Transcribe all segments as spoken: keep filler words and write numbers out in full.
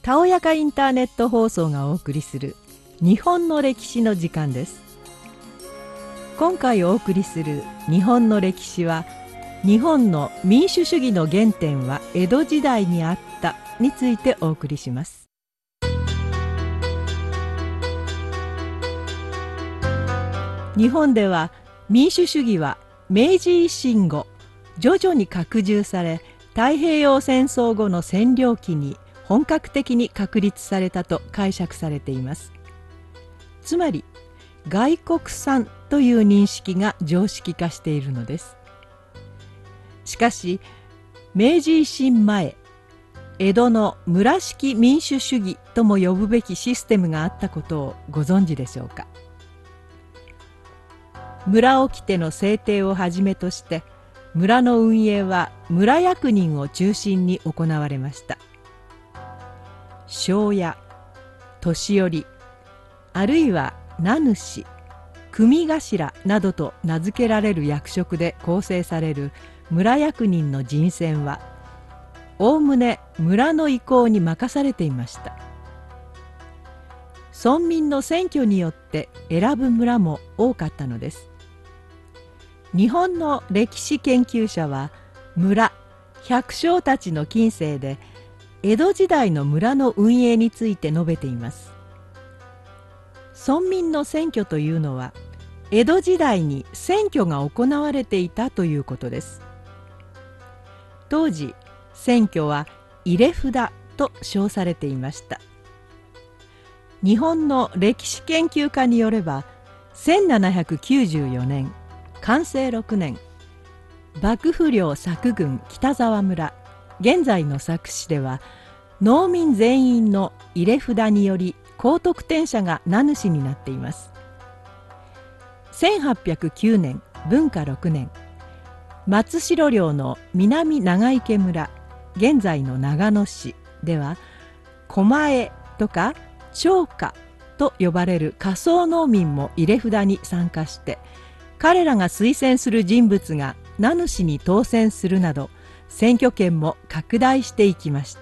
たおやかインターネット放送がお送りする日本の歴史の時間です。今回お送りする日本の歴史は、日本の民主主義の原点は江戸時代にあったについてお送りします。日本では民主主義は明治維新後徐々に拡充され、太平洋戦争後の占領期に本格的に確立されたと解釈されています。つまり外国産という認識が常識化しているのです。しかし明治維新前、江戸の村式民主主義とも呼ぶべきシステムがあったことをご存知でしょうか。村掟の制定をはじめとして村の運営は村役人を中心に行われました。庄屋、年寄、あるいは名主、組頭などと名付けられる役職で構成される村役人の人選はおおむね村の意向に任されていました。村民の選挙によって選ぶ村も多かったのです。日本の歴史研究者は村、百姓たちの近世で江戸時代の村の運営について述べています。村民の選挙というのは江戸時代に選挙が行われていたということです。当時選挙は入れ札と称されていました。日本の歴史研究家によればせんななひゃくきゅうじゅうよねん寛政ろくねん、幕府領佐久郡北沢村、現在の佐久市では農民全員の入れ札により高得点者が名主になっています。せんはっぴゃくきゅうねん文化ろくねん、松代領の南長池村、現在の長野市では狛江とか町家と呼ばれる仮想農民も入れ札に参加して、彼らが推薦する人物が名主に当選するなど選挙権も拡大していきました。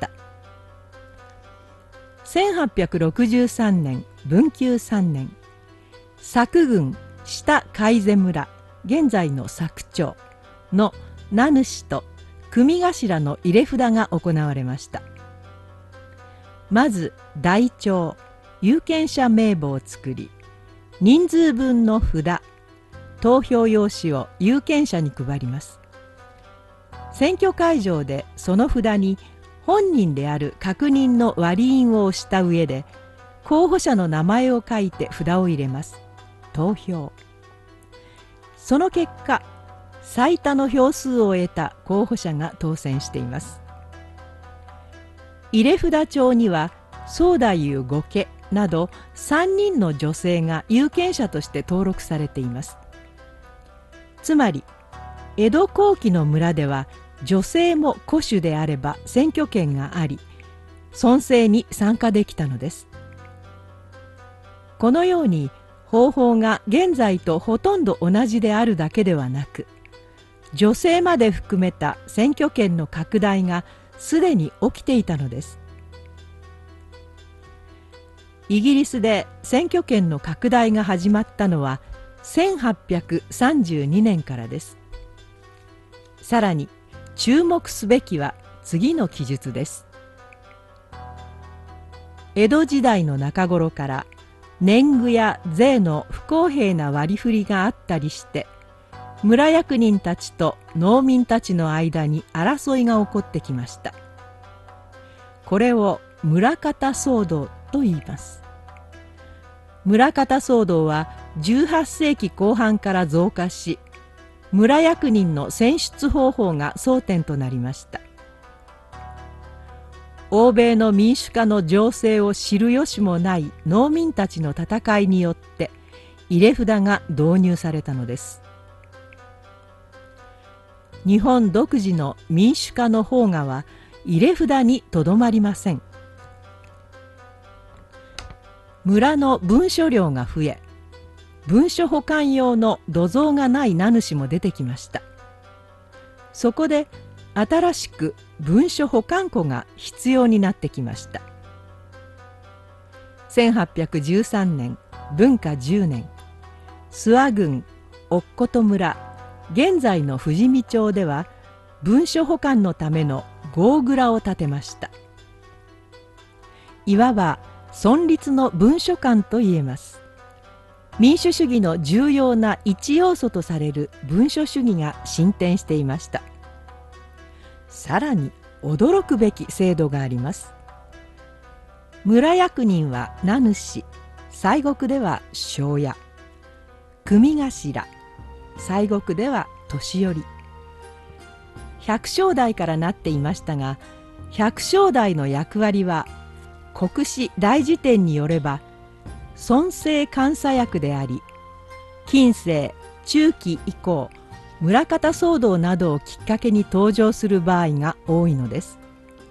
せんはっぴゃくろくじゅうさんねん文久さんねん、佐久郡下海瀬村、現在の佐久町の名主と組頭の入れ札が行われました。まず台帳、有権者名簿を作り、人数分の札、投票用紙を有権者に配ります。選挙会場でその札に本人である確認の割り印を押した上で候補者の名前を書いて札を入れます。投票。その結果、最多の票数を得た候補者が当選しています。入れ札帳には宗太夫御家などさんにんの女性が有権者として登録されています。つまり江戸後期の村では女性も戸主であれば選挙権があり、村政に参加できたのです。このように方法が現在とほとんど同じであるだけではなく、女性まで含めた選挙権の拡大がすでに起きていたのです。イギリスで選挙権の拡大が始まったのはせんはっぴゃくさんじゅうにねんからです。さらに注目すべきは次の記述です。江戸時代の中頃から年貢や税の不公平な割り振りがあったりして、村役人たちと農民たちの間に争いが起こってきました。これを村方騒動と言います。村方騒動はじゅうはっせいきこう半から増加し、村役人の選出方法が争点となりました。欧米の民主化の情勢を知る由もない農民たちの戦いによって入れ札が導入されたのです。日本独自の民主化の萌芽は入れ札にとどまりません。村の文書量が増え、文書保管用の土蔵がない名主も出てきました。そこで新しく文書保管庫が必要になってきました。 せんはっぴゃくじゅうさんねん文化じゅうねん、諏訪郡乙事村現在の富士見町では文書保管のための号蔵を建てました。いわば村立の文書館といえます。民主主義の重要な一要素とされる文書主義が進展していました。さらに驚くべき制度があります。村役人は名主、西国では庄屋、組頭、西国では年寄り。百姓代からなっていましたが、百姓代の役割は国史大辞典によれば村政監査役であり、近世中期以降村方騒動などをきっかけに登場する場合が多いのです。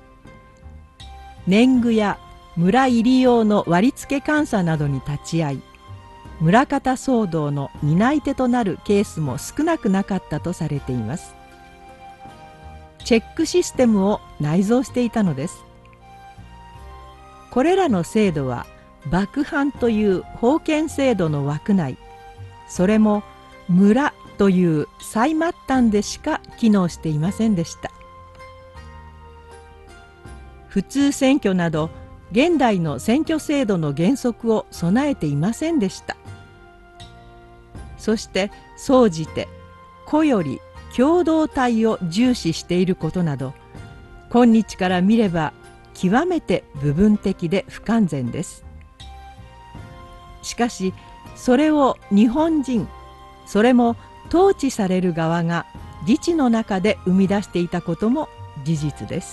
年貢や村入り用の割付監査などに立ち会い、村方騒動の担い手となるケースも少なくなかったとされています。チェックシステムを内蔵していたのです。これらの制度は幕藩という封建制度の枠内、それも村という最末端でしか機能していませんでした。普通選挙など現代の選挙制度の原則を備えていませんでした。そして総じて個より共同体を重視していることなど、今日から見れば極めて部分的で不完全です。しかしそれを日本人、それも統治される側が自治の中で生み出していたことも事実です。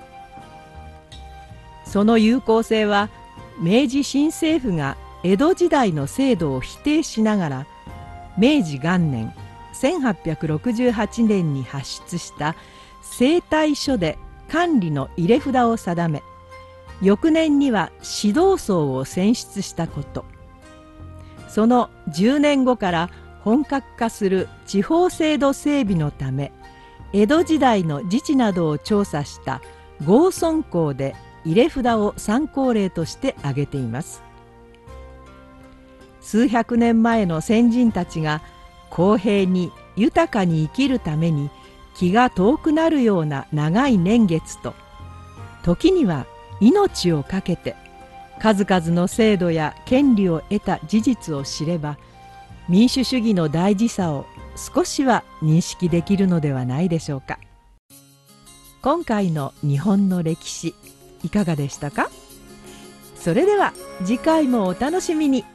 その有効性は明治新政府が江戸時代の制度を否定しながら、明治元年せんはっぴゃくろくじゅうはちねんに発出した制度書で管理の入れ札を定め、翌年には指導層を選出したこと、そのじゅうねんごから本格化する地方制度整備のため、江戸時代の自治などを調査した郷村校で入れ札を参考例として挙げています。数百年前の先人たちが公平に豊かに生きるために気が遠くなるような長い年月と、時には命を懸けて数々の制度や権利を得た事実を知れば、民主主義の大事さを少しは認識できるのではないでしょうか。今回の日本の歴史いかがでしたか？それでは次回もお楽しみに。